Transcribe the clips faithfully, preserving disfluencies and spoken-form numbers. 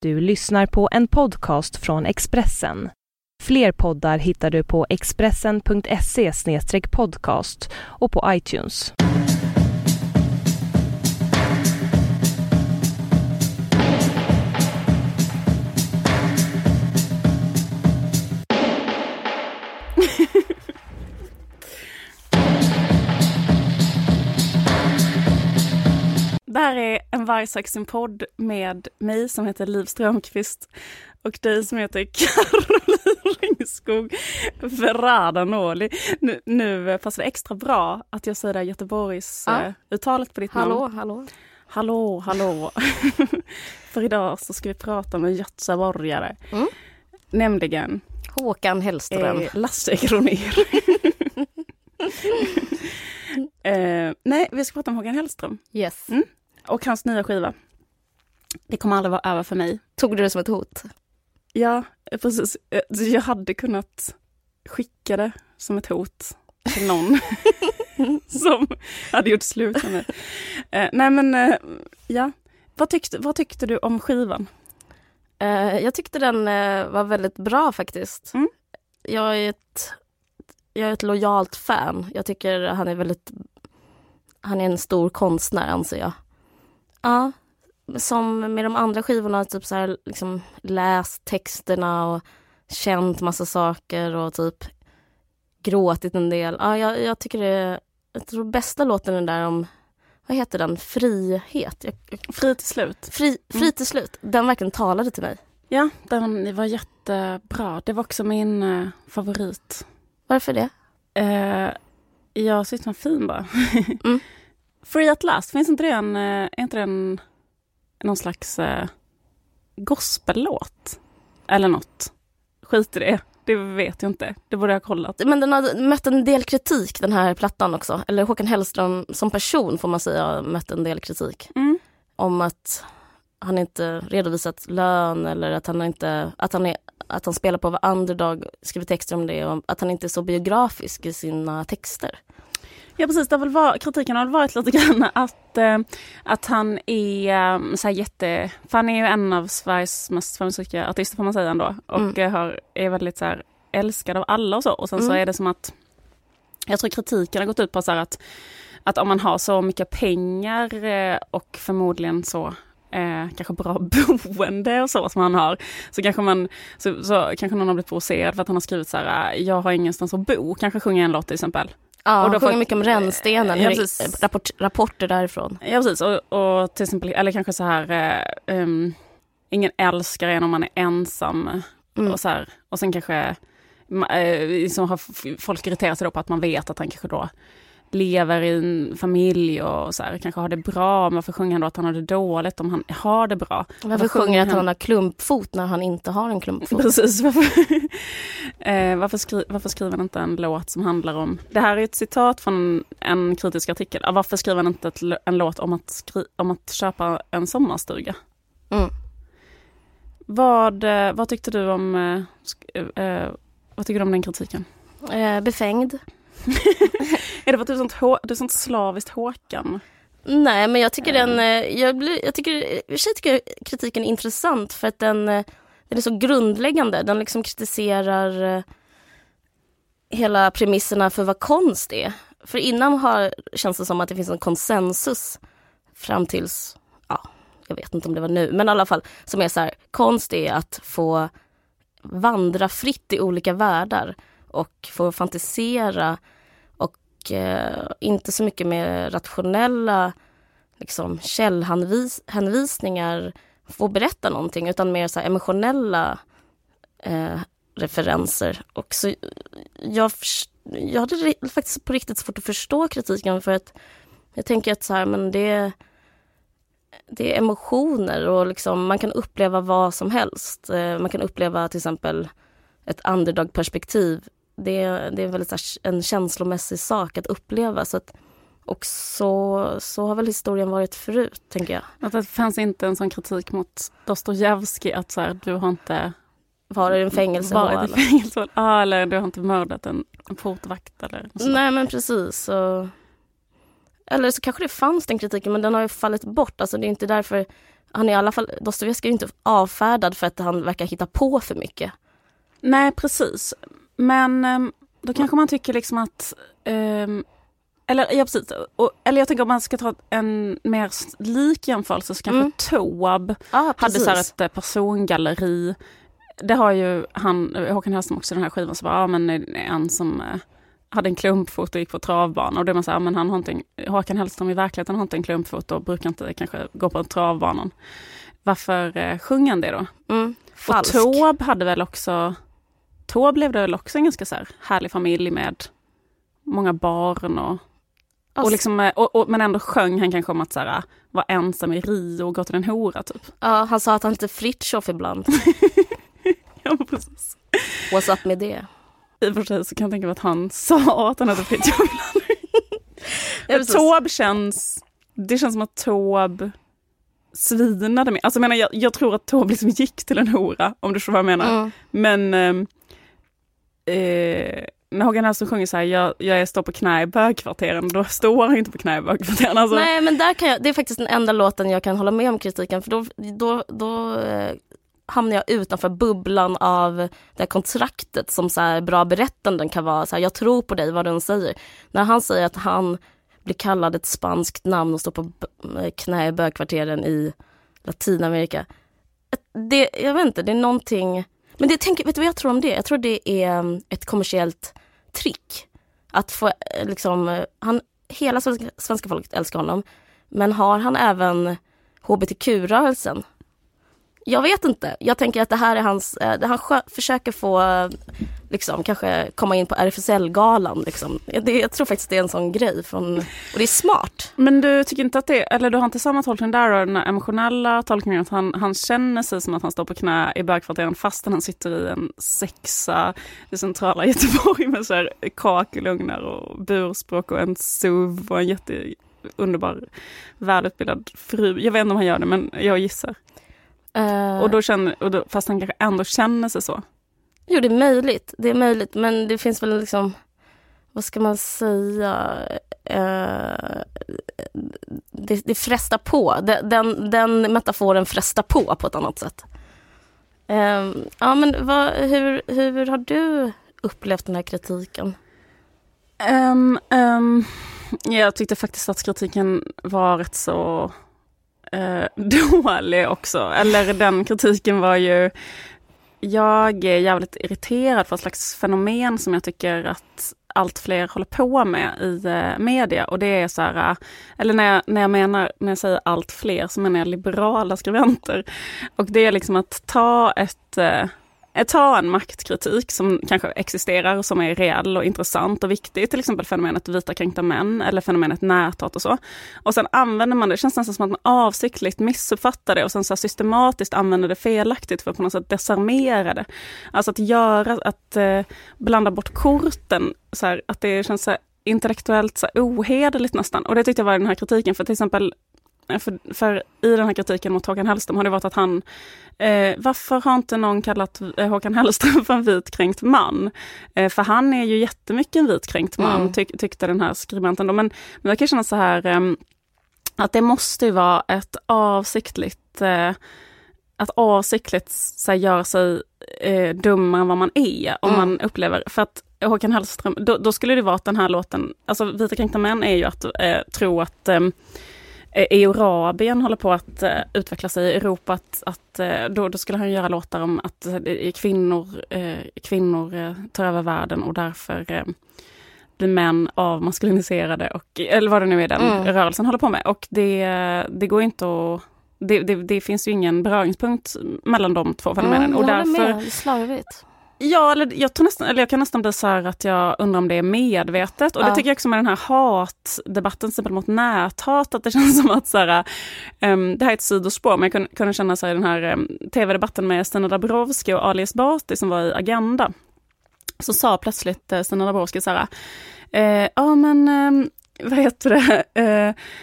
Du lyssnar på en podcast från Expressen. Fler poddar hittar du på expressen punkt se slash podcast och på iTunes. Det här är en Vargsaxen-podd med mig som heter Liv Strömqvist och dig som heter Caroline Ringskog Verradanoli. Nu, nu passar det extra bra att jag säger det Göteborgs ja. uh, uttalet på ditt hallå, namn. Hallå, hallå. Hallå, För idag så ska vi prata med en göteborgare. Mm. Nämligen Håkan Hellström. Eh, Lasse Kronér. uh, nej, vi ska prata om Håkan Hellström. Yes. Mm. Och hans nya skiva. Det kommer aldrig vara över för mig. Tog du det som ett hot? Ja, precis. Jag hade kunnat skicka det som ett hot till någon som hade gjort slut med mig. Eh, nej men, eh, ja. Vad tyckte, vad tyckte du om skivan? Eh, jag tyckte den eh, var väldigt bra faktiskt. Mm. Jag är ett, jag är ett lojalt fan. Jag tycker han är väldigt, han är en stor konstnär anser jag. Ja, som med de andra skivorna typ så här, liksom läst texterna och känt massa saker och typ gråtit en del. Ja, jag, jag tycker det, jag tror bästa låten är den där om, vad heter den? Frihet. Jag, fri till slut. Fri, fri mm. till slut. Den verkligen talade till mig. Ja, den var jättebra. Det var också min uh, favorit. Varför det? Uh, jag tyckte den var fin bara. mm. Free at last, finns inte det en, är inte det en någon slags eh, gospellåt? Eller något? Skit i det, det vet jag inte. Det borde jag ha kollat. Men den har mött en del kritik, den här plattan också. Eller Håkan Hellström som person får man säga har mött en del kritik. Mm. Om att han inte redovisat lön eller att han inte att han, är, att han spelar på vad underdog, skriver texter om det och att han inte är så biografisk i sina texter. Ja precis, det har väl var, kritiken har väl varit lite grann att, eh, att han är um, så här jätte, för han är ju en av Sveriges mest framgångsrika artister får man säga ändå och mm. har, är väldigt så här älskad av alla och så och sen mm. så är det som att jag tror kritiken har gått ut på så här att, att om man har så mycket pengar eh, och förmodligen så Eh, kanske bra boende och så som han har så kanske man så, så kanske någon har blivit provocerad för att han har skrivit så här jag har ingenstans att bo, kanske sjunger en låt till exempel. Ja, och då sjunger får, mycket om rännstenen, ja, rapport, rapporter därifrån. Ja precis, och, och till exempel, eller kanske så här eh, um, ingen älskar en om man är ensam mm. och så här, och sen kanske eh, som har folk irriterat sig då på att man vet att han kanske då lever i en familj och så här, kanske har det bra, men varför sjunger han då att han har det dåligt om han har det bra? Varför, varför sjunger han att han har klumpfot när han inte har en klumpfot? Precis, varför, eh, varför, skri- varför skriver han inte en låt som handlar om, det här är ett citat från en kritisk artikel, ah, varför skriver han inte ett, en låt om att, skri- om att köpa en sommarstuga? Mm. Vad, vad tyckte du om eh, sk- eh, vad tycker du om den kritiken? Eh, befängd. Är det för att du är sånt, hå- du är sånt slaviskt Håkan? Nej, men jag tycker den jag, blir, jag tycker jag tycker kritiken är intressant för att den, den är så grundläggande. Den liksom kritiserar hela premisserna för vad konst är. För innan har känns det som att det finns en konsensus fram tills ja, jag vet inte om det var nu, men i alla fall som är så här, konst är att få vandra fritt i olika världar och få fantisera och eh, inte så mycket med rationella liksom, källhänvisningar få berätta någonting utan mer så här, emotionella eh, referenser. Och så, jag, jag hade faktiskt på riktigt svårt att förstå kritiken för att jag tänker att så här, men det, det är emotioner och liksom, man kan uppleva vad som helst. Eh, man kan uppleva till exempel ett underdog-perspektiv. Det, det är väldigt så här, en känslomässig sak att uppleva. Så att, och så, så har väl historien varit förut, tänker jag. Att det fanns inte en sån kritik mot Dostojevskij att så här, du har inte varit i en fängelsehål. Varit i fängelsehål. Ah, eller du har inte mördat en, en portvakt. Eller nej, men precis. Så, eller så kanske det fanns den kritiken, men den har ju fallit bort. Alltså, det är inte därför han är i alla fall, Dostojevskij är ju inte avfärdad för att han verkar hitta på för mycket. Nej, precis. Men um, då kanske man tycker liksom att um, eller, ja, precis. Och, eller jag tänker om man ska ta en mer lik jämförelse så kanske mm. Taube ah, hade så här ett uh, persongalleri. Det har ju han, Håkan Hellström också den här skivan, så bara, ja men en som uh, hade en klumpfot och gick på travbana. Och det man säger, men han har inte en, Håkan Hellström i verkligheten har inte en klumpfot och brukar inte kanske gå på en travbanan. Varför uh, sjunger han det då? Mm. Och Taube hade väl också, Taube blev det väl också en ganska så här härlig familj med många barn och Och liksom, och, och, men ändå sjöng han kanske om att så här, vara ensam i Rio och gå till en hora typ. Ja, han sa att han lite Fritiof ibland. Ja, precis. What's up med det? I och för sig så kan jag tänka mig att han sa att han hade Fritiof ibland. Ja, Taube känns, det känns som att Taube svinade med. Alltså jag menar, jag, jag tror att Taube liksom gick till en hora, om du förstår vad jag menar. Mm. Men eh, eh, när Håkan Hellström sjunger så här, jag, jag står på knä i bögkvarteren, då står han inte på knä i bögkvarteren. Alltså. Nej, men där kan jag, det är faktiskt den enda låten jag kan hålla med om kritiken, för då, då, då eh, hamnar jag utanför bubblan av det här kontraktet som så här bra berättanden kan vara. Så här, jag tror på dig, vad den säger. När han säger att han blir kallad ett spanskt namn och står på b- knä i bögkvarteren i Latinamerika. Det, jag vet inte, det är någonting... Men det, tänk, vet du vad jag tror om det? Jag tror det är ett kommersiellt trick. Att få, liksom, han, hela svenska, svenska folket älskar honom. Men har han även H B T Q-rörelsen? Jag vet inte. Jag tänker att det här är hans... Eh, han skö- försöker få... Liksom, kanske komma in på R F S L-galan. Liksom. Det, jag tror faktiskt det är en sån grej. Från, och det är smart. Men du tycker inte att det... Eller du har inte samma tolkning där då, den emotionella tolkningen att han, han känner sig som att han står på knä i bögkvarteren fastän han sitter i en sexa i centrala Göteborg med så här kakelugnar och burspråk och en S U V och en jätteunderbar välutbildad fru. Jag vet inte om han gör det, men jag gissar. Uh... Och då känner, och då, fast han kanske ändå känner sig så. Jo, det är möjligt. Det är möjligt, men det finns väl liksom, vad ska man säga, uh, det, det frestar på. Den, den metaforen frestar på på ett annat sätt. Uh, ja, men vad, hur, hur har du upplevt den här kritiken? Um, um, jag tyckte faktiskt att kritiken var rätt så uh, dålig också. Eller den kritiken var ju... Jag är jävligt irriterad för ett slags fenomen som jag tycker att allt fler håller på med i eh, media. Och det är så här, eller när jag, när jag menar, när jag säger allt fler så menar jag liberala skribenter. Och det är liksom att ta ett... Eh, ta en maktkritik som kanske existerar och som är reell och intressant och viktig, till exempel fenomenet vita kränkta män eller fenomenet näthat och så. Och sen använder man det, det känns nästan som att man avsiktligt missuppfattar det och sen så systematiskt använder det felaktigt för att på något sätt desarmera det. Alltså att göra, att eh, blanda bort korten, så här, att det känns så här, intellektuellt så här, ohederligt nästan. Och det tyckte jag var den här kritiken, för till exempel För, för i den här kritiken mot Håkan Hellström har det varit att han, eh, varför har inte någon kallat eh, Håkan Hellström för en vitkränkt man? Eh, för han är ju jättemycket en vitkränkt man, mm. tyck, tyckte den här skribenten då. Men, men jag kan känna så här, eh, att det måste ju vara ett avsiktligt, eh, att avsiktligt så här, göra sig eh, dummare än vad man är, om mm. man upplever, för att Håkan Hellström, då, då skulle det vara att den här låten, alltså vita kränkta män är ju att eh, tro att eh, Eurabien håller på att uh, utveckla sig i Europa, att, att uh, då, då skulle han göra låtar om att uh, kvinnor, uh, kvinnor uh, tar över världen och därför uh, blir män avmaskuliniserade, och, eller vad det nu är den mm. rörelsen håller på med. Och det, det går inte att... Det, det, det finns ju ingen beröringspunkt mellan de två fenomenen. Mm, och jag därför, håller med, slarvigt. Ja, eller jag, tror nästan, eller jag kan nästan bli så här att jag undrar om det är medvetet. Och ja. Det tycker jag också med den här hatdebatten, till exempel mot näthat, att det känns som att så här, um, det här är ett sidospår, men jag kunde, kunde känna så här, den här um, tv-debatten med Stina Dabrowski och Ali Esbati som var i Agenda. Så sa plötsligt uh, Stina Dabrowski så här, uh, ja men um, vad heter det? Uh,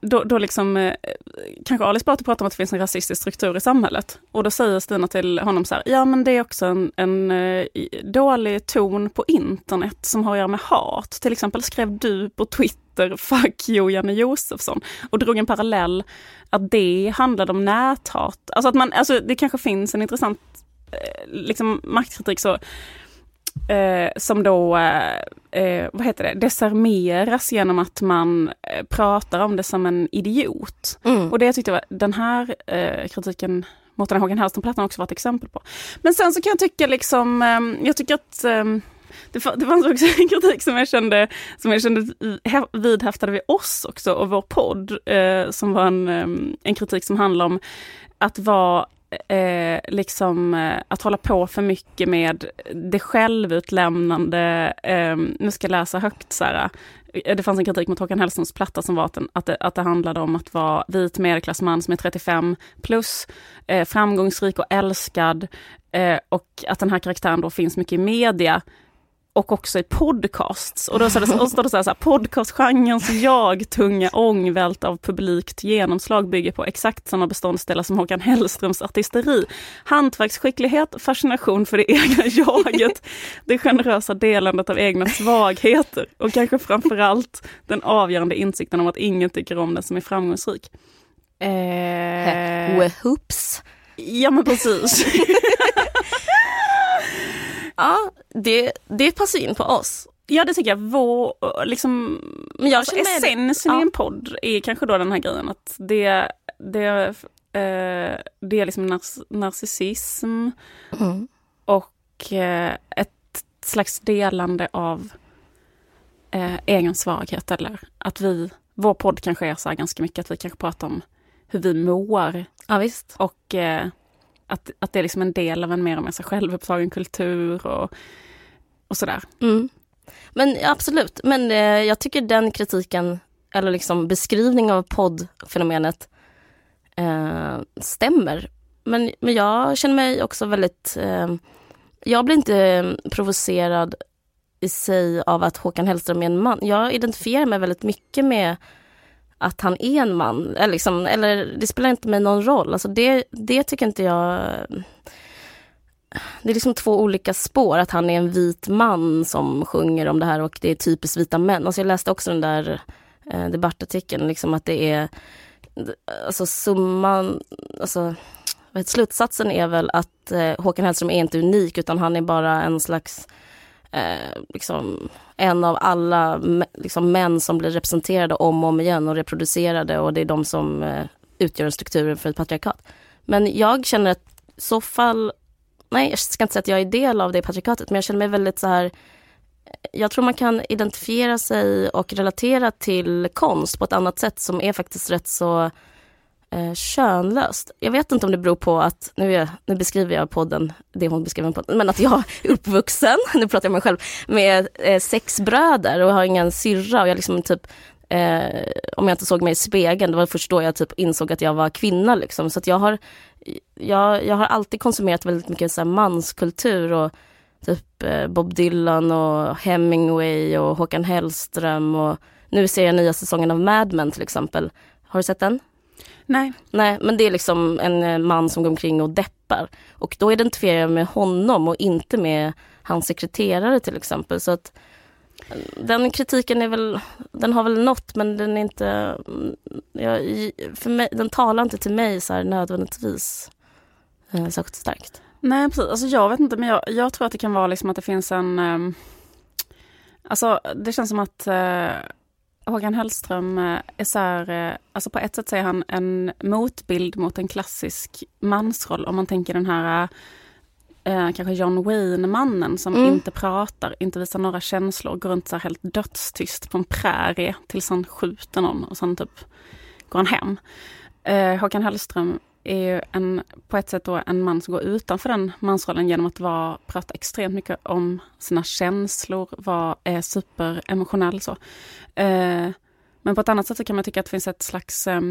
då, då liksom, eh, kanske Ali Esbati pratar om att det finns en rasistisk struktur i samhället. Och då säger Stina till honom så här, ja men det är också en, en eh, dålig ton på internet som har att göra med hat. Till exempel skrev du på Twitter, fuck you Janne Josefsson. Och drog en parallell att det handlade om näthat. Alltså att man, alltså det kanske finns en intressant eh, liksom maktkritik så Eh, som då, eh, vad heter det, desarmeras genom att man eh, pratar om det som en idiot. Mm. Och det jag tyckte var, den här eh, kritiken mot den här Håkan Hellström-plattan också var ett exempel på. Men sen så kan jag tycka liksom, eh, jag tycker att eh, det, det fanns också en kritik som jag kände, som jag kände vidhäftade vid oss också och vår podd, eh, som var en, en kritik som handlar om att vara Eh, liksom eh, att hålla på för mycket med det självutlämnande, eh, nu ska jag läsa högt så här, det fanns en kritik mot Håkan Hellströms platta som var att, den, att, det, att det handlade om att vara vit medelklassman som är trettiofem plus, eh, framgångsrik och älskad, eh, och att den här karaktären då finns mycket i media och också i podcasts. Och då står det, och står det så här, så här podcastgenrens jag-tunga ångvält av publikt genomslag bygger på exakt samma beståndsdelar som Håkan Hellströms artisteri. Hantverksskicklighet, fascination för det egna jaget, det generösa delandet av egna svagheter och kanske framförallt den avgörande insikten om att ingen tycker om den som är framgångsrik. Eh... Hoops. Ja, men precis. Ja, det, det passar in på oss. Ja, det tycker jag. Vår, liksom, men jag alltså, essensen i en podd är kanske då den här grejen att det, det, eh, det är liksom nar- narcissism mm. och eh, ett slags delande av eh, egen svaghet. Eller att vi, vår podd kanske är så här ganska mycket att vi kanske pratar om hur vi mår. Ja, visst. Och eh, Att, att det är liksom en del av en mer och mer självupptagen kultur och, och sådär. Mm. Men absolut, men eh, jag tycker den kritiken eller liksom beskrivning av poddfenomenet eh, stämmer. Men, men jag känner mig också väldigt, eh, jag blir inte provocerad i sig av att Håkan Hellström är en man. Jag identifierar mig väldigt mycket med att han är en man, eller, liksom, eller det spelar inte mig någon roll. Alltså det, det tycker inte jag... Det är liksom två olika spår, att han är en vit man som sjunger om det här och det är typiskt vita män. Alltså jag läste också den där eh, debattartikeln, liksom att det är... Alltså summan... Alltså, vet, slutsatsen är väl att eh, Håkan Hellström är inte unik, utan han är bara en slags... Eh, liksom en av alla liksom, män som blir representerade om och om igen och reproducerade, och det är de som eh, utgör strukturen för ett patriarkat. Men jag känner att i så fall, nej jag ska inte säga att jag är del av det patriarkatet, men jag känner mig väldigt så här, jag tror man kan identifiera sig och relatera till konst på ett annat sätt som är faktiskt rätt så eh, könlöst. Jag vet inte om det beror på att, nu, är, nu beskriver jag podden, det hon beskriver podden, men att jag är uppvuxen, nu pratar jag om mig själv, med eh, sex bröder och har ingen syrra, och jag liksom typ, eh, om jag inte såg mig i spegeln, det var först då jag typ insåg att jag var kvinna liksom. Så att jag har, jag, jag har alltid konsumerat väldigt mycket så här manskultur och typ eh, Bob Dylan och Hemingway och Håkan Hellström, och nu ser jag nya säsongen av Mad Men till exempel. Har du sett den? Nej. Nej, men det är liksom en man som går omkring och deppar. Och då identifierar jag med honom och inte med hans sekreterare till exempel. Så att den kritiken är väl, den har väl nått, men den är inte, jag, för mig, den talar inte till mig så här nödvändigtvis eh, särskilt starkt. Nej, precis. Alltså jag vet inte, men jag, jag tror att det kan vara liksom att det finns en, um, alltså det känns som att uh, Håkan Hellström är så här, alltså på ett sätt säger han en motbild mot en klassisk mansroll. Om man tänker den här eh, kanske John Wayne-mannen som mm. inte pratar, inte visar några känslor, går runt så här helt dödstyst på en prärie tills han skjuter någon och sen typ går han hem. Eh, Håkan Hellström är ju en, på ett sätt då en man som går utanför den mansrollen genom att vara, prata extremt mycket om sina känslor, vara är superemotionell så. Eh, men på ett annat sätt så kan man tycka att det finns ett slags eh,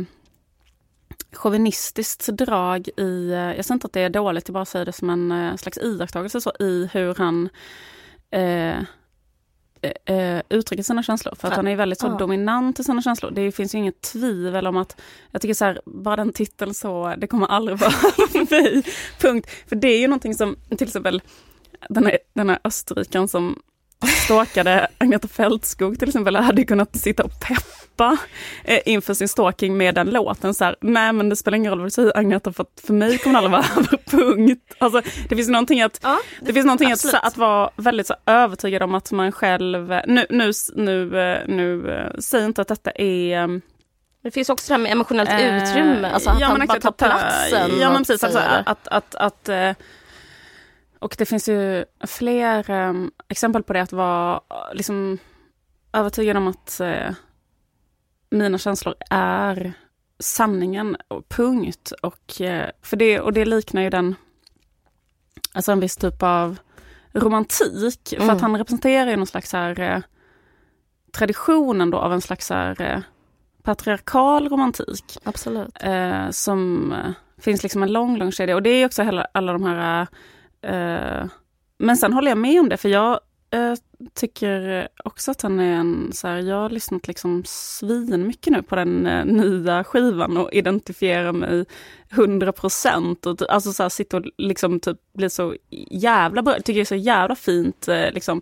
chauvinistiskt drag i, eh, jag säger inte att det är dåligt, jag bara säger det som en eh, slags iakttagelse så, i hur han eh, eh, uttrycka sina känslor. För att han är väldigt så ja. dominant i sina känslor. Det finns ju inget tvivel om att, jag tycker så här, bara den titeln så, det kommer aldrig vara för mig. Punkt. För det är ju någonting som, till exempel, den här, den här österrikaren som stalkade Agneta Fältskog till exempel hade kunnat sitta och peppa eh, inför sin stalking med den låten så här, nej men det spelar ingen roll vad du säger Agneta, för att för mig kommer det aldrig vara över, punkt. Alltså det finns någonting att ja, det, det finns någonting att, så, att vara väldigt så övertygad om att man själv nu nu nu nu säger inte att detta är. Det finns också det här med emotionellt eh, utrymme, alltså att ja, han bara tar platsen. Ja men precis, alltså, att, att, att, att eh, och det finns ju fler um, exempel på det, att vara liksom övertygad om att uh, mina känslor är sanningen och punkt. Och, uh, för det, och det liknar ju den, alltså en viss typ av romantik. Mm. För att han representerar ju någon slags här, uh, traditionen då av en slags här, uh, patriarkal romantik. Absolut. Uh, som uh, finns liksom en lång, lång kedja. Och det är också hela, alla de här... Uh, Uh, men sen håller jag med om det, för jag uh, tycker också att han är en så här, jag har lyssnat liksom svin mycket nu på den uh, nya skivan och identifierar mig hundra procent och alltså så här, sitter och liksom typ blir så jävla bra, tycker det är så jävla fint uh, liksom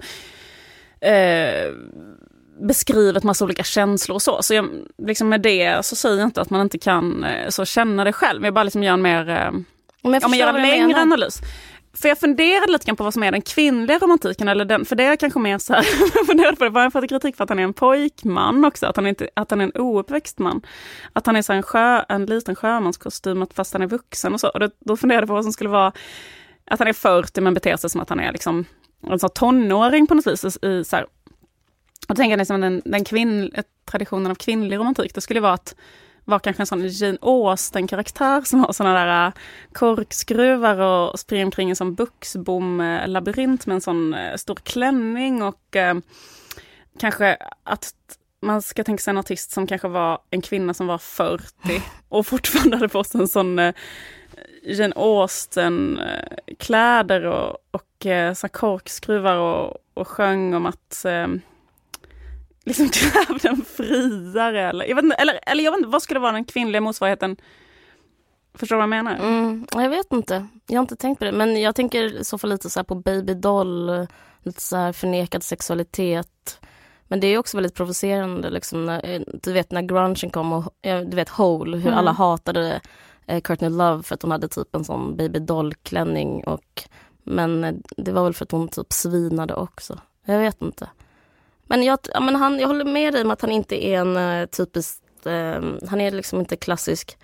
uh, beskrivet massa olika känslor och så, så jag, liksom med det så säger jag inte att man inte kan uh, så känna det själv, men jag bara liksom gör en mer uh, om jag ja, men gör en längre analys. För jag funderade lite på vad som är den kvinnliga romantiken, eller den, för det är kanske mer så här, jag funderade på det, var jag fått kritik för att han är en pojkman också, att han, inte, att han är en ouppväxt man, att han är så en, sjö, en liten sjömanskostym fast han är vuxen och så, och då, då funderade jag på vad som skulle vara, att han är fyrtio men beter sig som att han är liksom en sån tonåring på något vis i, så här, och då tänker jag liksom den, den kvinn, traditionen av kvinnlig romantik, det skulle vara att var kanske en sån Jane Austen-karaktär som har såna där uh, korkskruvar och springer omkring en sån buxbom-labyrint med en sån uh, stor klänning, och uh, kanske att man ska tänka sig en artist som kanske var en kvinna som var fyrtio och fortfarande hade på sig en sån uh, Jane Austen-kläder och, och uh, så korkskruvar och, och sjöng om att uh, liksom krävde en friare, eller jag vet inte, eller, eller jag vet inte, vad skulle vara den kvinnliga motsvarigheten? Förstår du vad jag menar? Mm, jag vet inte. Jag har inte tänkt på det, men jag tänker så för lite så här på babydoll, lite så här förnekad sexualitet. Men det är också väldigt provocerande liksom, när, du vet när grungen kom och du vet Hole, hur mm. alla hatade eh, Courtney Love för att hon hade typ en sån babydoll-klänning, och men det var väl för att hon typ svinade också. Jag vet inte. Men jag, ja, men han, jag håller med dig om att han inte är en uh, typisk, uh, han är liksom inte klassisk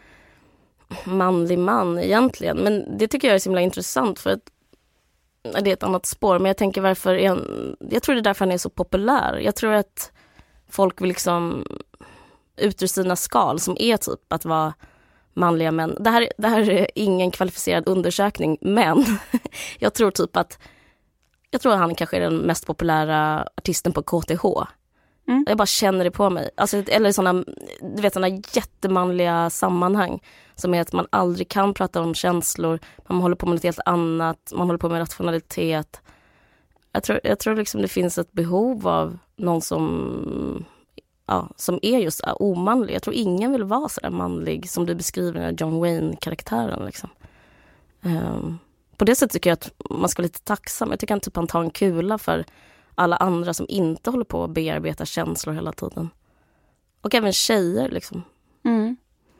manlig man egentligen. Men det tycker jag är så himla intressant, för att det är ett annat spår. Men jag tänker varför är han, jag tror det är därför han är så populär. Jag tror att folk vill liksom ut ur sina skal som är typ att vara manliga män. Det här, det här är ingen kvalificerad undersökning, men jag tror typ att Jag tror att han kanske är den mest populära artisten på K T H. Mm. Jag bara känner det på mig. Alltså, eller såna, du vet, såna jättemanliga sammanhang som är att man aldrig kan prata om känslor. Man håller på med något helt annat. Man håller på med rationalitet. Jag tror, jag tror liksom det finns ett behov av någon som, ja, som är just ja, omanlig. Jag tror ingen vill vara så där manlig som du beskriver, den här John Wayne-karaktären. Liksom. Um, På det sättet tycker jag att man ska vara lite tacksam. Jag tycker att typ han tar en kula för alla andra som inte håller på att bearbeta känslor hela tiden. Och även tjejer liksom. Mm.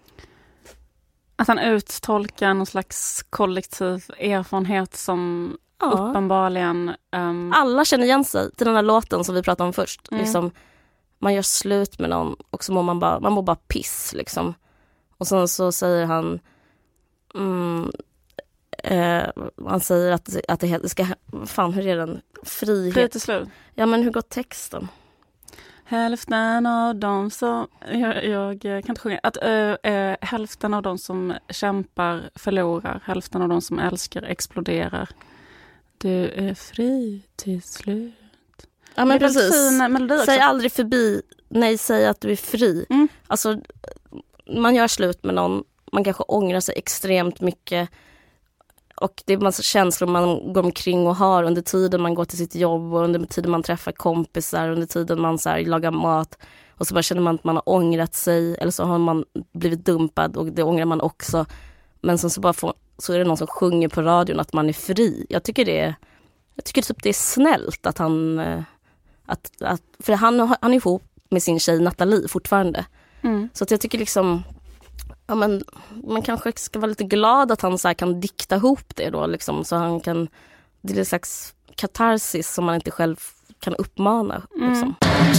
Att han uttolkar någon slags kollektiv erfarenhet som ja. uppenbarligen... Um... Alla känner igen sig till den här låten som vi pratade om först. Mm. Liksom, man gör slut med någon och så mår man bara, man mår bara piss liksom. Och sen så säger han... Mm, Eh, han säger att, att det ska, fan hur är den? Frihet. Frihet till slut. Ja, men hur går texten? Hälften av dem som jag, jag kan inte sjunga att äh, äh, hälften av dem som kämpar förlorar, hälften av dem som älskar exploderar. Du är fri till slut. Ja, men precis. Säg aldrig förbi. Nej, säg att du är fri. Mm. Alltså, man gör slut med någon, man kanske ångrar sig extremt mycket. och det är en massa känslor man går omkring och har under tiden man går till sitt jobb och under tiden man träffar kompisar, under tiden man så här, lagar mat och så bara känner man att man har ångrat sig eller så har man blivit dumpad och det ångrar man också. Men sen så bara får, så är det någon som sjunger på radion att man är fri. Jag tycker det är, jag tycker typ det är snällt att han att, att för han, han är ihop med sin tjej Nathalie fortfarande. Mm. Så att jag tycker liksom ja, men man kanske ska vara lite glad att han så här kan dikta ihop det då liksom, så han kan, det är en slags katarsis som man inte själv kan uppmana liksom. Mm.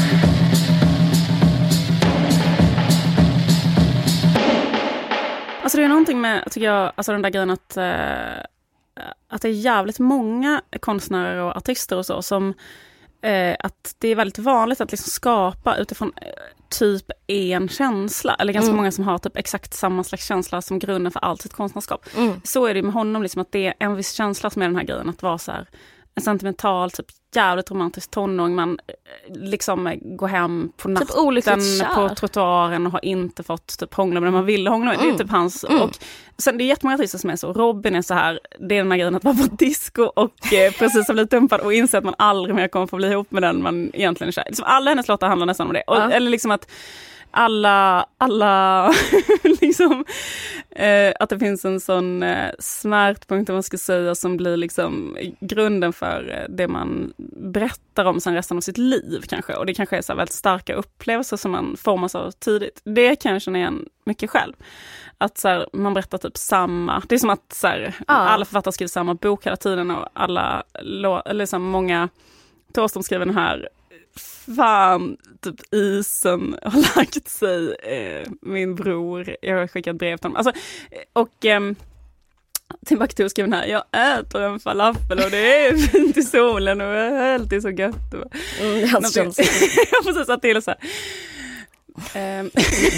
Alltså det är någonting med, tycker jag, alltså den där grejen att eh, att det är jävligt många konstnärer och artister och så som eh, att det är väldigt vanligt att liksom skapa utifrån eh, typ en känsla, eller ganska mm. många som har typ exakt samma slags känsla som grunden för allt sitt konstnärskap. Mm. Så är det med honom, liksom, att det är en viss känsla som är den här grejen, att vara så här en sentimental, typ jävligt romantisk tonåring, man liksom går hem på natten typ på trottoaren och har inte fått typ hångla med det man ville hångla med. Mm. Det är typ hans. Mm. Och sen det är jättemånga artister som är så. Robin är så här, det är den här grejen att vara på disco och eh, precis har blivit dumpad och inser att man aldrig mer kommer få bli ihop med den man egentligen är kär. Liksom alla hennes låtar handlar nästan om det. Och, ja. Eller liksom att alla, alla liksom, eh, att det finns en sån eh, smärtpunkt, om man ska säga, som blir liksom grunden för eh, det man berättar om sen resten av sitt liv kanske. Och det kanske är så här väldigt starka upplevelser som man formas av tidigt. Det kan jag känna igen mycket själv. Att så här, man berättar typ samma, det är som att så här, ja. alla författare skriver samma bok hela tiden och alla, eller liksom många Thåström skriver den här fan, typ isen har lagt sig, eh, min bror, jag har skickat brev till honom. Alltså, och eh, tillbaka till att skriva den här, jag äter en falafel och det är fint i solen och helt är så gött. Mm, jag känns jag får säga till och så här. um,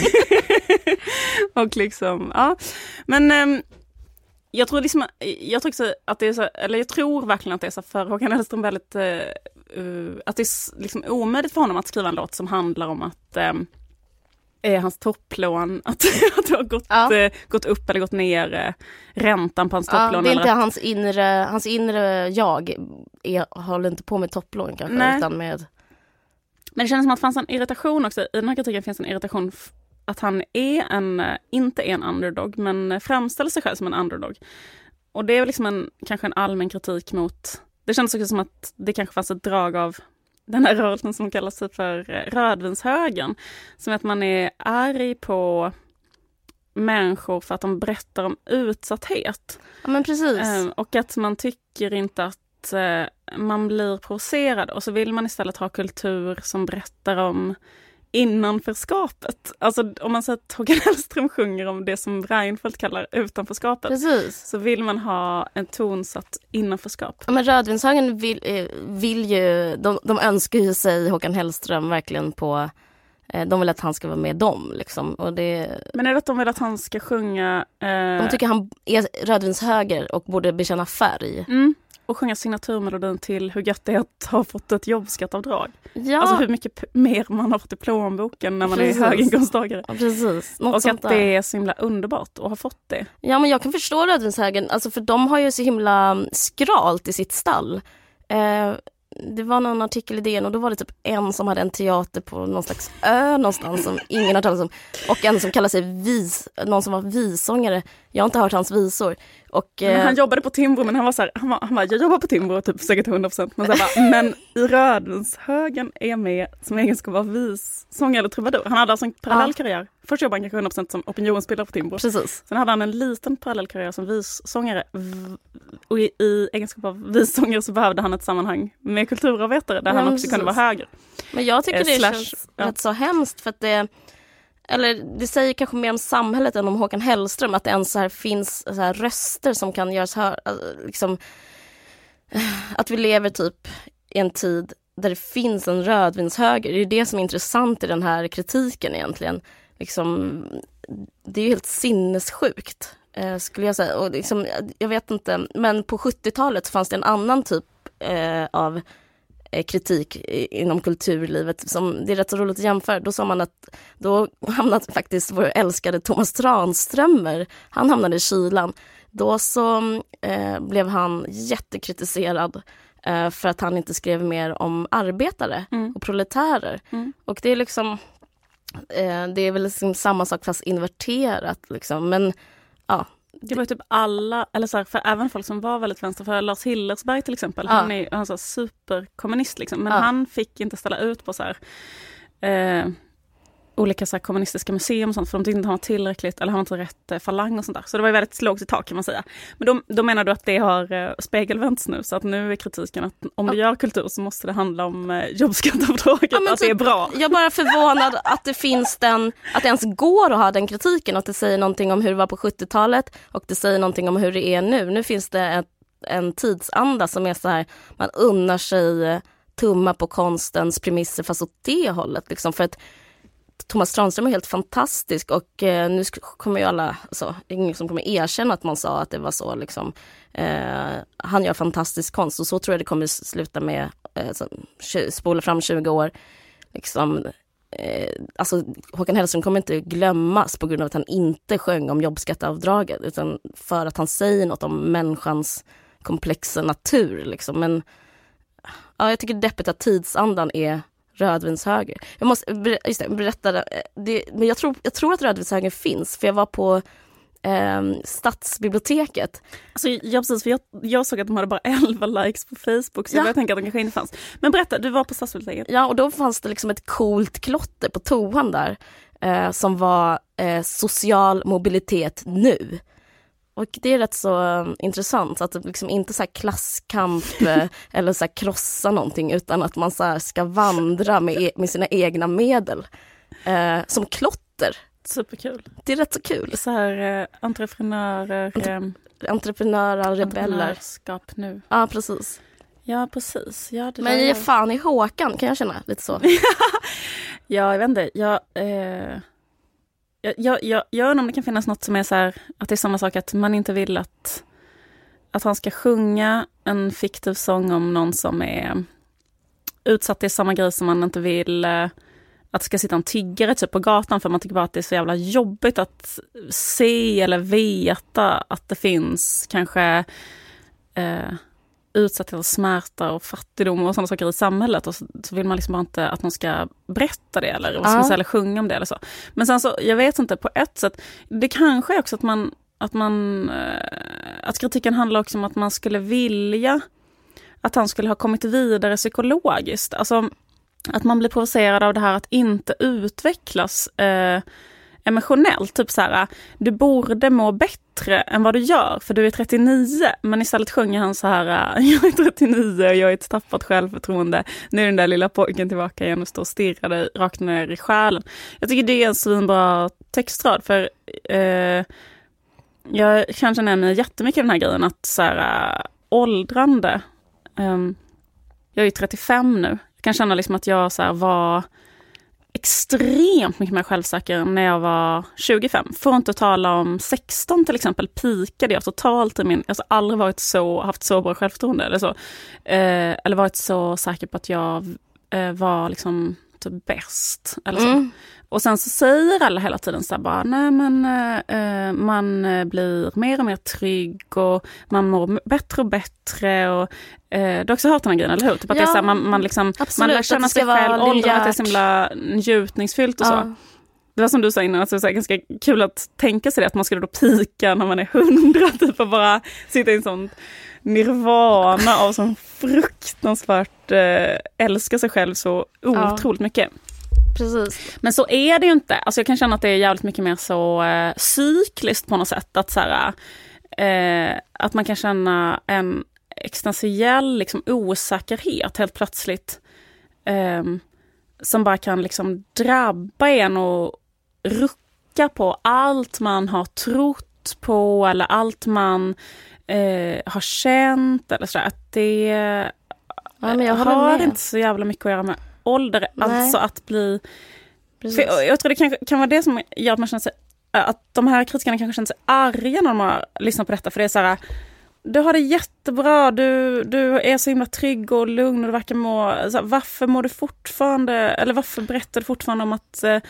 och liksom, ja. Men um, jag tror liksom, jag tror också att det är så, eller jag tror verkligen att det är så för Håkan Hellström väldigt uh, uh, att det är liksom omöjligt för honom att skriva en låt som handlar om att um, är hans topplån, att, att det har gått, ja. uh, gått upp eller gått ner uh, räntan på hans topplån. Ja, det är inte att, hans inre, hans inre jag är, håller inte på med topplån kanske, nej. Utan med... Men det känns som att det fanns en irritation också, i den här kritiken finns en irritation f- att han är en, inte är en underdog, men framställer sig själv som en underdog. Och det är liksom en, kanske en allmän kritik mot, det känns också som att det kanske fanns ett drag av den här rörelsen som kallas för rödvinshögern, som att man är arg på människor för att de berättar om utsatthet. Ja, men precis. Och att man tycker inte att man blir provocerad, och så vill man istället ha kultur som berättar om innanförskapet. Alltså om man säger att Håkan Hellström sjunger om det som Reinfeldt kallar utanförskapet. Precis. Så vill man ha en tonsatt innanförskap. Ja, men Rödvinshögen vill, vill ju, de, de önskar ju sig Håkan Hellström verkligen på, de vill att han ska vara med dem liksom. Och det, men är det att de vill att han ska sjunga? Eh... De tycker han är rödvinshöger och borde bekänna färg. Mm. Och sjunga signaturmelodin till hur gött det är att ha fått ett jobbskatteavdrag. Ja. Alltså hur mycket p- mer man har fått i plånboken när man precis. är höginkomsttagare. Ja, precis. Något och att där. det är så himla underbart att ha fått det. Ja, men jag kan förstå Rödvinshögen. Alltså för de har ju så himla skralt i sitt stall. Eh, det var någon artikel i D N och då var det typ en som hade en teater på någon slags ö någonstans som ingen har talat om. Och en som kallar sig vis, någon som var vissångare. Jag har inte hört hans visor. Och, eh, han jobbade på Timbro, men han var så här, han var, han var jag jobbar på Timbro typ säkert hundra procent. Men, så här, bara, men i Rödvinshögen är med som egenskap av vissångare eller trubadur. Han hade alltså en parallell ja. karriär. Först jobbade han kanske hundra procent som opinionsbildare på Timbro. Precis. Sen hade han en liten parallell karriär som vissångare. Och i, i egenskap av vissångare så behövde han ett sammanhang med kulturarbetare där ja, han också precis. kunde vara höger. Men jag tycker det slash, känns ja. rätt så hemskt för att det, eller det säger kanske mer om samhället än om Håkan Hellström, att det ens så här finns så här röster som kan göras hör, liksom, att vi lever typ i en tid där det finns en rödvinshöger. Det är det som är intressant i den här kritiken egentligen. Liksom, det är ju helt sinnessjukt eh, skulle jag säga. Och liksom, jag vet inte, men på sjuttiotalet fanns det en annan typ eh, av kritik inom kulturlivet som det är rätt så roligt att jämföra. Då sa man att då hamnade faktiskt vår älskade Thomas Tranströmer, han hamnade i kylan. då så eh, blev han jättekritiserad eh, för att han inte skrev mer om arbetare mm. och proletärer. Mm. Och det är liksom eh, det är väl liksom samma sak fast inverterat liksom. Men ja. Det var typ alla, eller så här, för även folk som var väldigt vänster, för Lars Hillersberg till exempel, ja. han är han så superkommunist liksom, men ja. han fick inte ställa ut på så här eh, olika så här kommunistiska museum och sånt, för de tyckte inte han var tillräckligt, eller han var inte rätt eh, falang och sånt där. Så det var ju väldigt lågt i tak kan man säga. Men då, då menar du att det har eh, spegelvänts nu, så att nu är kritiken att om du gör kultur så måste det handla om eh, jobbskatteavdraget, ja, att typ, det är bra. Jag är bara förvånad att det finns den, att det ens går att ha den kritiken, att det säger någonting om hur det var på sjuttiotalet och det säger någonting om hur det är nu. Nu finns det ett, en tidsanda som är så här, man unnar sig tumma på konstens premisser fast åt det hållet liksom, för att Thomas Tranström är helt fantastisk och eh, nu kommer ju alla, alltså, ingen som kommer erkänna att man sa att det var så liksom. Eh, han gör fantastisk konst och så tror jag det kommer sluta med eh, så, spola fram tjugo år liksom. Eh, alltså Håkan Hellström kommer inte glömmas på grund av att han inte sjöng om jobbskatteavdraget, utan för att han säger något om människans komplexa natur liksom. Men ja, jag tycker deppigt att tidsandan är rödvinshöger. Jag måste just det, berätta det, men jag tror, jag tror att rödvinshöger finns, för jag var på eh, Stadsbiblioteket. Alltså, ja, precis, för jag, jag såg att de hade bara elva likes på Facebook, så ja. jag tänkte att de kanske inte fanns. Men berätta, du var på Stadsbiblioteket. Ja, och då fanns det liksom ett coolt klotter på toan där eh, som var eh, social mobilitet nu. Och det är rätt så um, intressant att det liksom inte så här klasskamp eller så här krossa någonting, utan att man så här ska vandra med, e- med sina egna medel. Eh, som klotter. Superkul. Det är rätt så kul. Så här eh, entreprenörer. Entre- entreprenörer, rebeller. Entreprenörskap nu. Ja, precis. Ja, precis. Ja, det Men jag är fan i Håkan, kan jag känna lite så. Ja, jag vet inte. Jag... Eh... Jag, jag, jag, jag undrar om det kan finnas något som är så här, att det är samma sak att man inte vill att, att han ska sjunga en fiktiv sång om någon som är utsatt i samma grej som man inte vill att det ska sitta en tiggare typ på gatan, för man tycker bara att det är så jävla jobbigt att se eller veta att det finns kanske eh, utsatt till smärta och fattigdom och sådana saker i samhället, och så, så vill man liksom bara inte att någon ska berätta det eller, vad ska man säga, eller sjunga om det eller så. Men sen så, jag vet inte, på ett sätt, det kanske är också att man, att man att kritiken handlar också om att man skulle vilja att han skulle ha kommit vidare psykologiskt. Alltså att man blir provocerad av det här att inte utvecklas eh, emotionellt, typ så här, du borde må bättre än vad du gör för du är trettionio, men istället sjunger han så här, jag är trettionio och jag är ett tappat självförtroende, nu är den där lilla pojken tillbaka igen och står och stirrar dig rakt ner i själen. Jag tycker det är en svinbra textrad, för eh, jag kan känna mig jättemycket i den här grejen att så här, åldrande, eh, jag är ju trettiofem nu, jag kan känna liksom att jag så här, var extremt mycket mer självsäker när jag var tjugofem. Får inte tala om sexton till exempel, pikade jag totalt i min, alltså aldrig varit så, haft så bra självförtroende eller så. Eh, eller varit så säker på att jag eh, var liksom typ bäst eller så. Mm. Och sen så säger alla hela tiden så här bara, nej men eh, man blir mer och mer trygg och man mår bättre och bättre, och eh, du har också hört den här grejen, eller hur? Typ att ja, det är så här, man, man liksom, absolut, man lär känna sig själv, åldern, att det är så himla njutningsfyllt och ja. så. Det var som du sa innan, att det är ganska kul att tänka sig det, att man skulle då pika när man är hundra, typ, och bara sitta i en sån nirvana av sån fruktansvärt eh, älska sig själv så otroligt ja. mycket. Precis. Men så är det ju inte. Alltså jag kan känna att det är jävligt mycket mer så eh, cykliskt på något sätt. Att, så här, eh, att man kan känna en existentiell liksom, osäkerhet helt plötsligt. Eh, som bara kan liksom drabba en och rucka på allt man har trott på. Eller allt man eh, har känt. Eller så där. Att det ja, men jag har med. inte så jävla mycket att göra med ålder, nej. Alltså att bli... För jag tror det kan, kan vara det som gör att man känner sig... Att de här kritikerna kanske känner sig arga när de har lyssnat på detta. För det är så här, du har det jättebra, du, du är så himla trygg och lugn och du verkar må... Så här, varför mår du fortfarande... Eller varför berättar du fortfarande om att...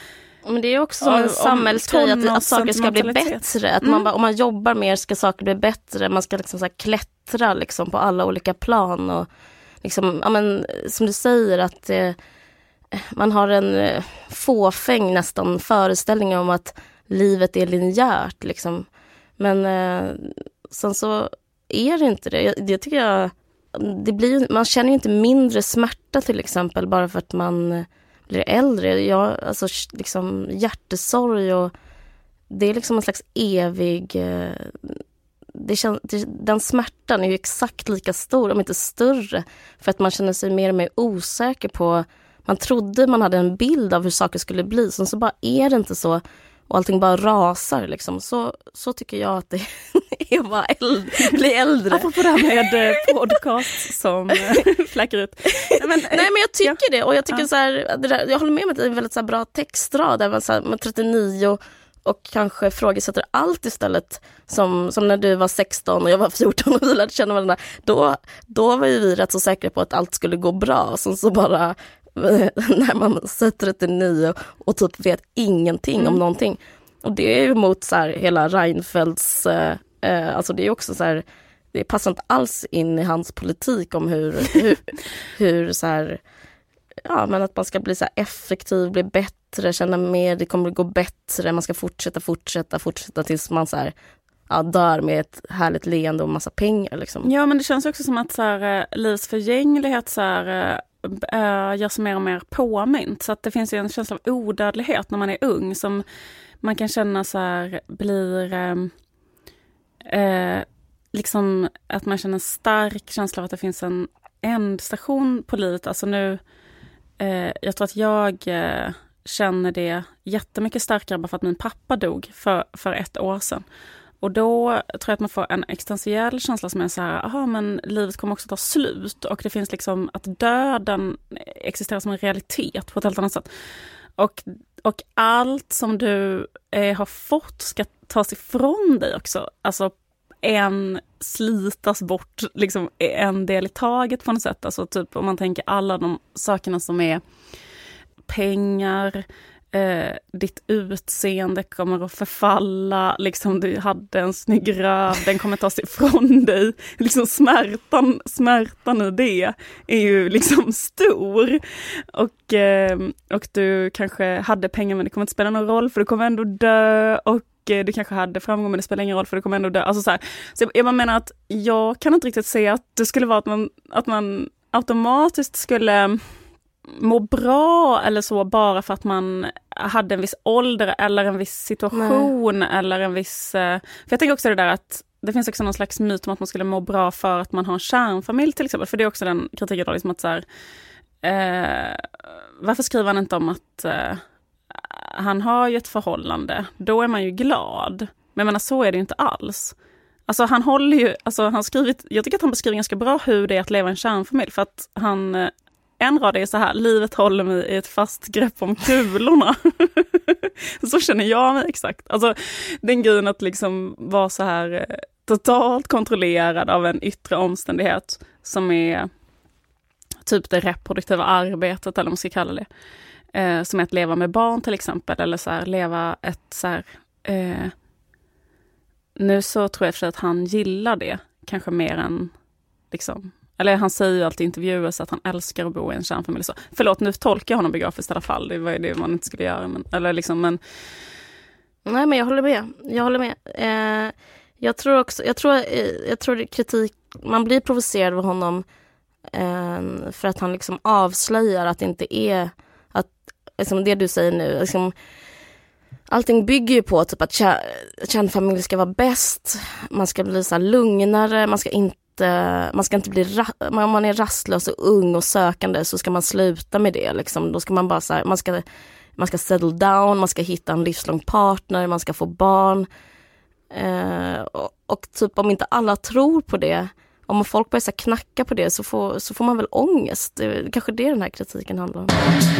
Men det är också som en samhällsgrej att, att saker ska bli bättre. Att mm. man bara, om man jobbar mer ska saker bli bättre. Man ska liksom så här klättra liksom på alla olika plan. Och liksom, ja, men, som du säger att eh, man har en eh, fåfäng nästan föreställning om att livet är linjärt. Liksom. Men eh, sen så är det inte det. Jag, det tycker jag, det blir, man känner ju inte mindre smärta till exempel bara för att man blir äldre. Jag, alltså liksom hjärtesorg och det är liksom en slags evig... Eh, det känns, det, den smärtan är ju exakt lika stor, om inte större, för att man känner sig mer och mer osäker på... Man trodde man hade en bild av hur saker skulle bli, så, så bara är det inte så. Och allting bara rasar liksom. Så, så tycker jag att det är att vara äldre, bli äldre. Apropå det här med podcast som fläcker ut. Nej men, Nej, men jag tycker ja. det. Och jag tycker ja. så här, det där, jag håller med om att det är en väldigt så här bra textrad. Där man så här, med trettionio och, och kanske frågesätter allt istället. Som, som när du var sexton och jag var fjorton och vi lärde känna varandra. Då, då var ju vi rätt så säkra på att allt skulle gå bra. Så, så bara... när man sätter trettionio och typ vet ingenting mm. om någonting. Och det är ju mot så här hela Reinfeldts eh, eh, alltså det är också så här, det passar inte alls in i hans politik om hur hur, hur så här, ja, men att man ska bli så här effektiv, bli bättre, känna mer, det kommer att gå bättre, man ska fortsätta, fortsätta, fortsätta tills man så här, ja, dör med ett härligt leende och massa pengar liksom. Ja, men det känns också som att så här, livs förgänglighet så här Uh, görs mer och mer påmint. Så att det finns ju en känsla av odödlighet när man är ung som man kan känna så här blir uh, uh, liksom att man känner en stark känsla av att det finns en ändstation på livet. Alltså nu, uh, jag tror att jag uh, känner det jättemycket starkare bara för att min pappa dog för, för ett år sedan. Och då tror jag att man får en existentiell känsla som är så här, aha, men livet kommer också ta slut. Och det finns liksom att döden existerar som en realitet på ett helt annat sätt. Och, och allt som du eh, har fått ska tas ifrån dig också. Alltså en slitas bort, liksom en del i taget på något sätt. Alltså typ om man tänker alla de sakerna som är pengar... Eh, ditt utseende kommer att förfalla, liksom du hade en snygg röv, den kommer tas ifrån dig, liksom smärtan, smärtan i det är ju liksom stor och, eh, och du kanske hade pengar men det kommer inte spela någon roll för du kommer ändå dö och eh, du kanske hade framgång men det spelar ingen roll för du kommer ändå dö, alltså så här. Så jag, jag menar att jag kan inte riktigt se att det skulle vara att man, att man automatiskt skulle må bra eller så bara för att man hade en viss ålder eller en viss situation. Nej. Eller en viss... För jag tänker också det där att det finns också någon slags myt om att man skulle må bra för att man har en kärnfamilj till exempel. För det är också den kritiken då, liksom att så här, eh, varför skriver han inte om att eh, han har ju ett förhållande? Då är man ju glad. Men jag menar, så är det ju inte alls. Alltså han håller ju... Alltså, han skrivit, jag tycker att han beskriver ganska bra hur det är att leva i en kärnfamilj. För att han... En rad är så här, livet håller mig i ett fast grepp om kulorna. Så känner jag mig exakt. Alltså den grejen att liksom vara så här totalt kontrollerad av en yttre omständighet som är typ det reproduktiva arbetet, eller vad man ska kalla det. Eh, som är att leva med barn till exempel, eller så här, leva ett så här... Eh, nu så tror jag för sig att han gillar det, kanske mer än liksom... Eller han säger ju alltid i intervjuer så att han älskar att bo i en kärnfamilj. Så, förlåt, nu tolkar jag honom biografiskt i alla fall. Det var ju det man inte skulle göra. Men, eller liksom, men... Nej, men jag håller med. Jag håller med. Eh, jag tror också... Jag tror, eh, jag tror det kritik... Man blir provocerad av honom eh, för att han liksom avslöjar att det inte är... Att, liksom det du säger nu... Liksom, allting bygger ju på typ att kär, kärnfamilj ska vara bäst. Man ska bli så här lugnare. Man ska inte man ska inte bli om man är rastlös och ung och sökande så ska man sluta med det liksom. Då ska man bara så här, man ska man ska settle down, man ska hitta en livslång partner, man ska få barn eh, och, och typ om inte alla tror på det, om folk börjar så här knacka på det så får, så får man väl ångest. Det är kanske det den här kritiken handlar om.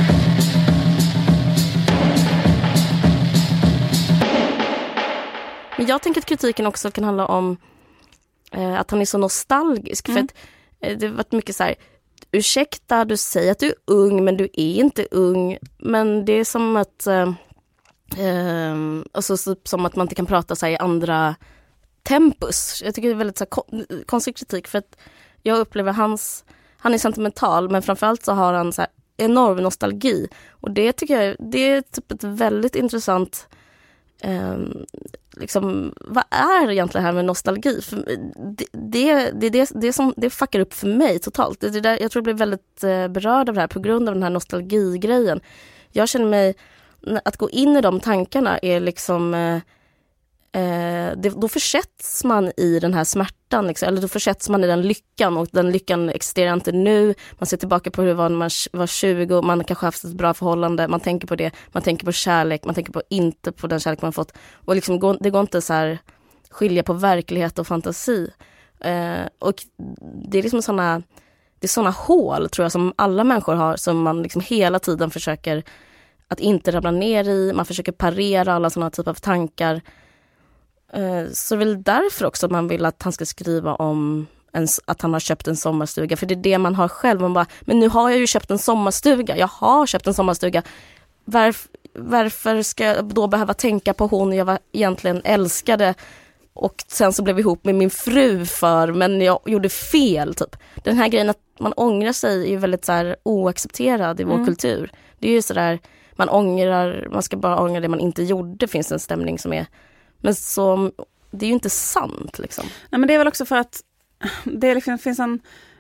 Men jag tänker att kritiken också kan handla om eh, att han är så nostalgisk. Mm. För att eh, det har varit mycket så här, ursäkta, du säger att du är ung men du är inte ung. Men det är som att, eh, Um, och så, så som att man inte kan prata så här, i andra tempus. Jag tycker det är väldigt så här, kon- konstig kritik för att jag upplever hans, han är sentimental men framförallt så har han så här enorm nostalgi och det tycker jag det är typ ett väldigt intressant um, liksom, vad är egentligen det här med nostalgi? För det, det, det, det, det, som, det fuckar upp för mig totalt. Det, det där, jag tror jag blir väldigt uh, berörd av det här på grund av den här nostalgigrejen. Jag känner mig, att gå in i de tankarna är liksom uh, Eh, det, då försätts man i den här smärtan liksom, eller då försätts man i den lyckan och den lyckan existerar inte nu. Man ser tillbaka på hur var man var tjugo och man kanske haft ett bra förhållande, man tänker på det, man tänker på kärlek, man tänker på inte på den kärlek man fått och liksom går, det går inte så här skilja på verklighet och fantasi. Eh, och det är liksom såna det är såna hål tror jag som alla människor har som man liksom hela tiden försöker att inte ramla ner i, man försöker parera alla såna typer av tankar. Så det är väl därför också att man vill att han ska skriva om en, att han har köpt en sommarstuga. För det är det man har själv. Man bara, men nu har jag ju köpt en sommarstuga. Jag har köpt en sommarstuga. Varf, varför ska jag då behöva tänka på hon jag var egentligen älskade och sen så blev vi ihop med min fru för, men jag gjorde fel typ. Den här grejen att man ångrar sig är ju väldigt så här oaccepterad i vår mm. kultur. Det är ju sådär, man ångrar, man ska bara ångra det man inte gjorde, finns en stämning som är. Men så, det är ju inte sant liksom. Nej, men det är väl också för att det liksom finns en,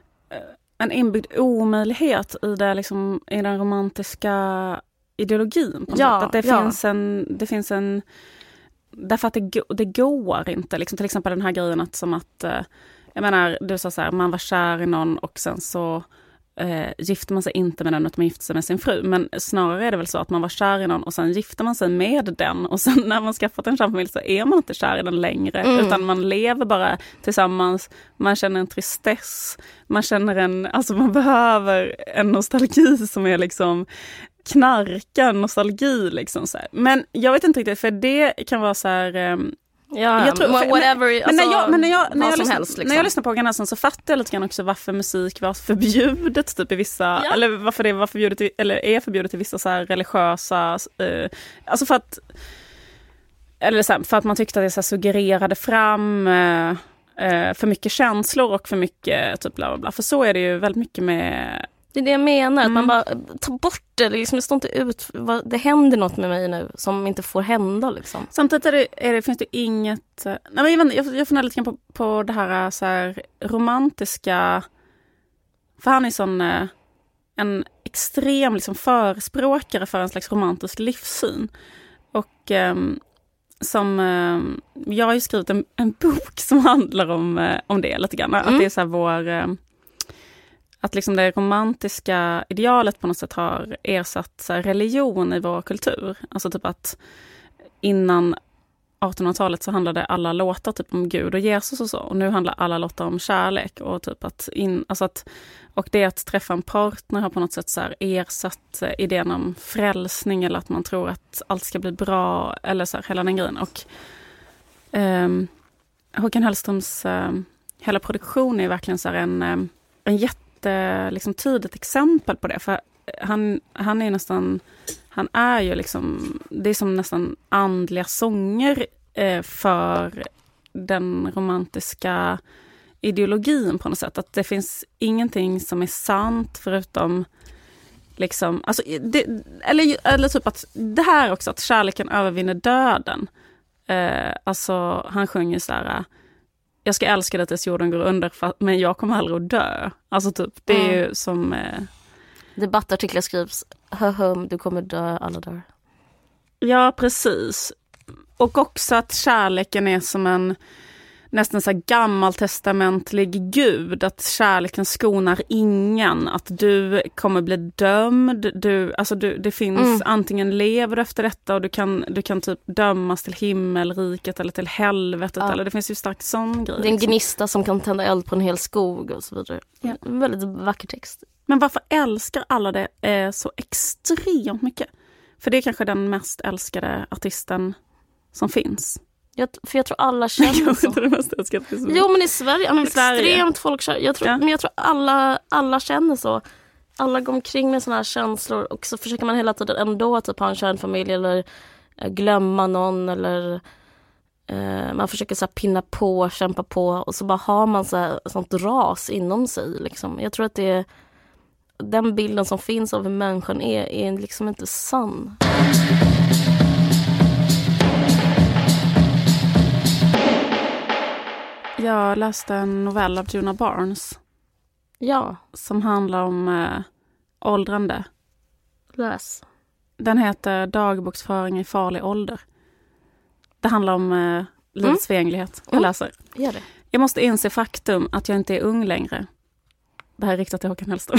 en inbyggd omöjlighet i, det, liksom, i den romantiska ideologin. På ja, att det, ja. finns en, det finns en... Därför att det, det går inte. Liksom, till exempel den här grejen att som att... Jag menar, du sa så här, man var kär i någon och sen så... Eh, gifter man sig inte med den utan man gifter sig med sin fru. Men snarare är det väl så att man var kär i någon och sen gifter man sig med den och sen när man skaffat en kärnfamilj så är man inte kär i den längre mm. utan man lever bara tillsammans, man känner en tristess, man känner en, alltså man behöver en nostalgi som är liksom knarka, nostalgi liksom så här. Men jag vet inte riktigt, för det kan vara så här... Eh, Ja, jag tror, för, whatever, men, alltså, men när jag, men när jag, när jag, lyssnar, helst, liksom. när jag lyssnar på Organesen så fattar jag lite grann också varför musik var förbjudet typ i vissa, ja. eller varför det var förbjudet i, eller är förbjudet i vissa så här religiösa, eh, alltså för att eller så här, för att man tyckte att det så här suggererade fram eh, för mycket känslor och för mycket typ bla bla bla, för så är det ju väldigt mycket med. Det är det jag menar, mm. att man bara tar bort det, liksom, det står inte ut, det händer något med mig nu som inte får hända liksom. Samtidigt är det, är det, finns det inget, nej men jag, jag, jag funderar lite grann på, på det här, så här romantiska, för han är sån en extrem liksom förespråkare för en slags romantisk livssyn och um, som um, jag har ju skrivit en, en bok som handlar om, uh, om det lite grann, mm. att det är så här vår um, att liksom det romantiska idealet på något sätt har ersatt så här, religion i vår kultur. Alltså typ att innan artonhundratalet så handlade alla låtar typ om Gud och Jesus och så. Och nu handlar alla låtar om kärlek. Och, typ att in, alltså att, och det att träffa en partner har på något sätt så här ersatt idén om frälsning eller att man tror att allt ska bli bra eller så här, hela den grejen. Och um, Håkan Hellströms uh, hela produktion är verkligen så här en, um, en jätte liksom tydligt exempel på det, för han, han är nästan han är ju liksom, det är som nästan andliga sånger eh, för den romantiska ideologin på något sätt, att det finns ingenting som är sant förutom liksom, alltså det, eller, eller typ att det här också, att kärleken övervinner döden, eh, alltså han sjunger så här: jag ska älska dig tills jorden går under, men jag kommer aldrig att dö. Alltså typ, det är mm. ju som... Eh... Debattartiklar skrivs, hö du kommer dö, alla dör. Ja, precis. Och också att kärleken är som en nästan så här gammaltestamentlig gud, att kärleken skonar ingen, att du kommer bli dömd, du, alltså du, det finns mm. antingen lever du efter detta och du kan, du kan typ dömas till himmelriket eller till helvetet, ja. Eller det finns ju starkt sån grej. Det är en gnista liksom, som kan tända eld på en hel skog och så vidare. Ja. Väldigt vacker text. Men varför älskar alla det eh, så extremt mycket? För det är kanske den mest älskade artisten som finns. Jag, för jag tror alla känner så. Det mest älskade artisten. Jo, men i Sverige, han är I Sverige. extremt folkkär. Jag tror, ja. Men jag tror alla, alla känner så. Alla går omkring med såna här känslor och så försöker man hela tiden ändå typ ha en kärnfamilj eller glömma någon eller eh, man försöker så här, pinna på, kämpa på och så bara har man så här, sånt ras inom sig. Liksom. Jag tror att det är den bilden som finns av hur människan är, är liksom inte sann. Jag läste en novell av Djuna Barnes. Ja. Som handlar om äh, åldrande. Läs. Den heter Dagboksföring i farlig ålder. Det handlar om äh, livets mm. förgänglighet. Jag mm. läser. Gör det. Jag måste inse faktum att jag inte är ung längre. Det här är riktat till Håkan Hellström.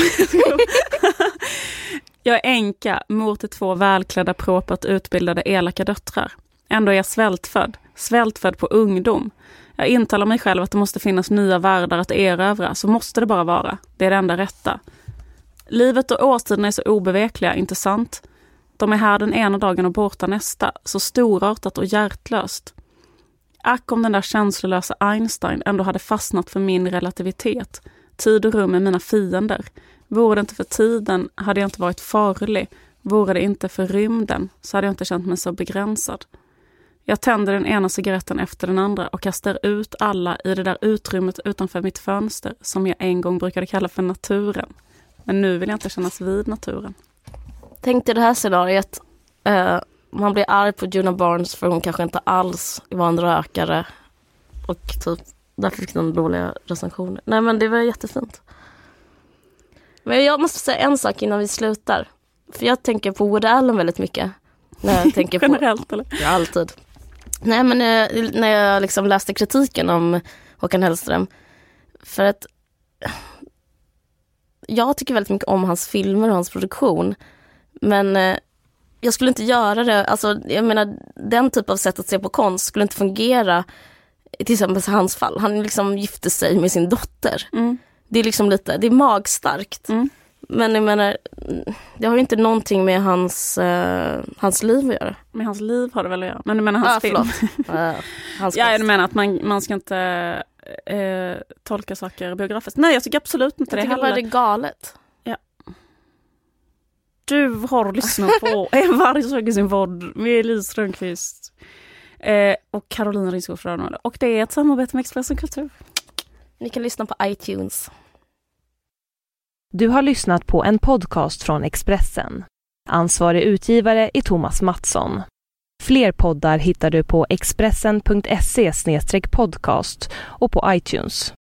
Jag är änka, mor till två välklädda, propert utbildade, elaka döttrar. Ändå är jag svältfödd. Svältfödd på ungdom. Jag intalar mig själv att det måste finnas nya världar att erövra. Så måste det bara vara. Det är det enda rätta. Livet och årstiderna är så obevekliga, inte sant? De är här den ena dagen och borta nästa. Så storartat och hjärtlöst. Ack om den där känslolösa Einstein ändå hade fastnat för min relativitet. Tid och rum är mina fiender. Vore det inte för tiden hade jag inte varit farlig. Vore det inte för rymden så hade jag inte känt mig så begränsad. Jag tänder den ena cigaretten efter den andra och kastar ut alla i det där utrymmet utanför mitt fönster som jag en gång brukade kalla för naturen. Men nu vill jag inte kännas vid naturen. Tänk dig det här scenariet. Uh, man blir arg på Djuna Barnes för hon kanske inte alls var en rökare. Och typ därför fick den dåliga recensioner. Nej men det var jättefint. Men jag måste säga en sak innan vi slutar. För jag tänker på Woody Allen väldigt mycket. När jag tänker på, generellt eller? Ja, alltid. Nej men eh, när jag liksom läste kritiken om Håkan Hellström. För att jag tycker väldigt mycket om hans filmer och hans produktion. Men eh, jag skulle inte göra det. Alltså jag menar den typ av sätt att se på konst skulle inte fungera till exempel i hans fall. Han liksom gifte sig med sin dotter. Mm. Det är liksom lite, det är magstarkt. Mm. Men jag menar, det har ju inte någonting med hans, uh, hans liv att göra. Med hans liv har det väl att göra. Men du menar hans ah, film? uh, hans ja, jag menar att man, man ska inte uh, tolka saker biografiskt. Nej, jag tycker absolut inte jag det heller. Jag tycker bara det är galet. Ja. Du har lyssnat på En varg söker sin podd med Elise Rönnqvist uh, och Carolina Ringskog Frönwall. Och det är ett samarbete med Expressen Kultur. Ni kan lyssna på iTunes. Du har lyssnat på en podcast från Expressen. Ansvarig utgivare är Thomas Mattsson. Fler poddar hittar du på expressen punkt se slash podcast och på iTunes.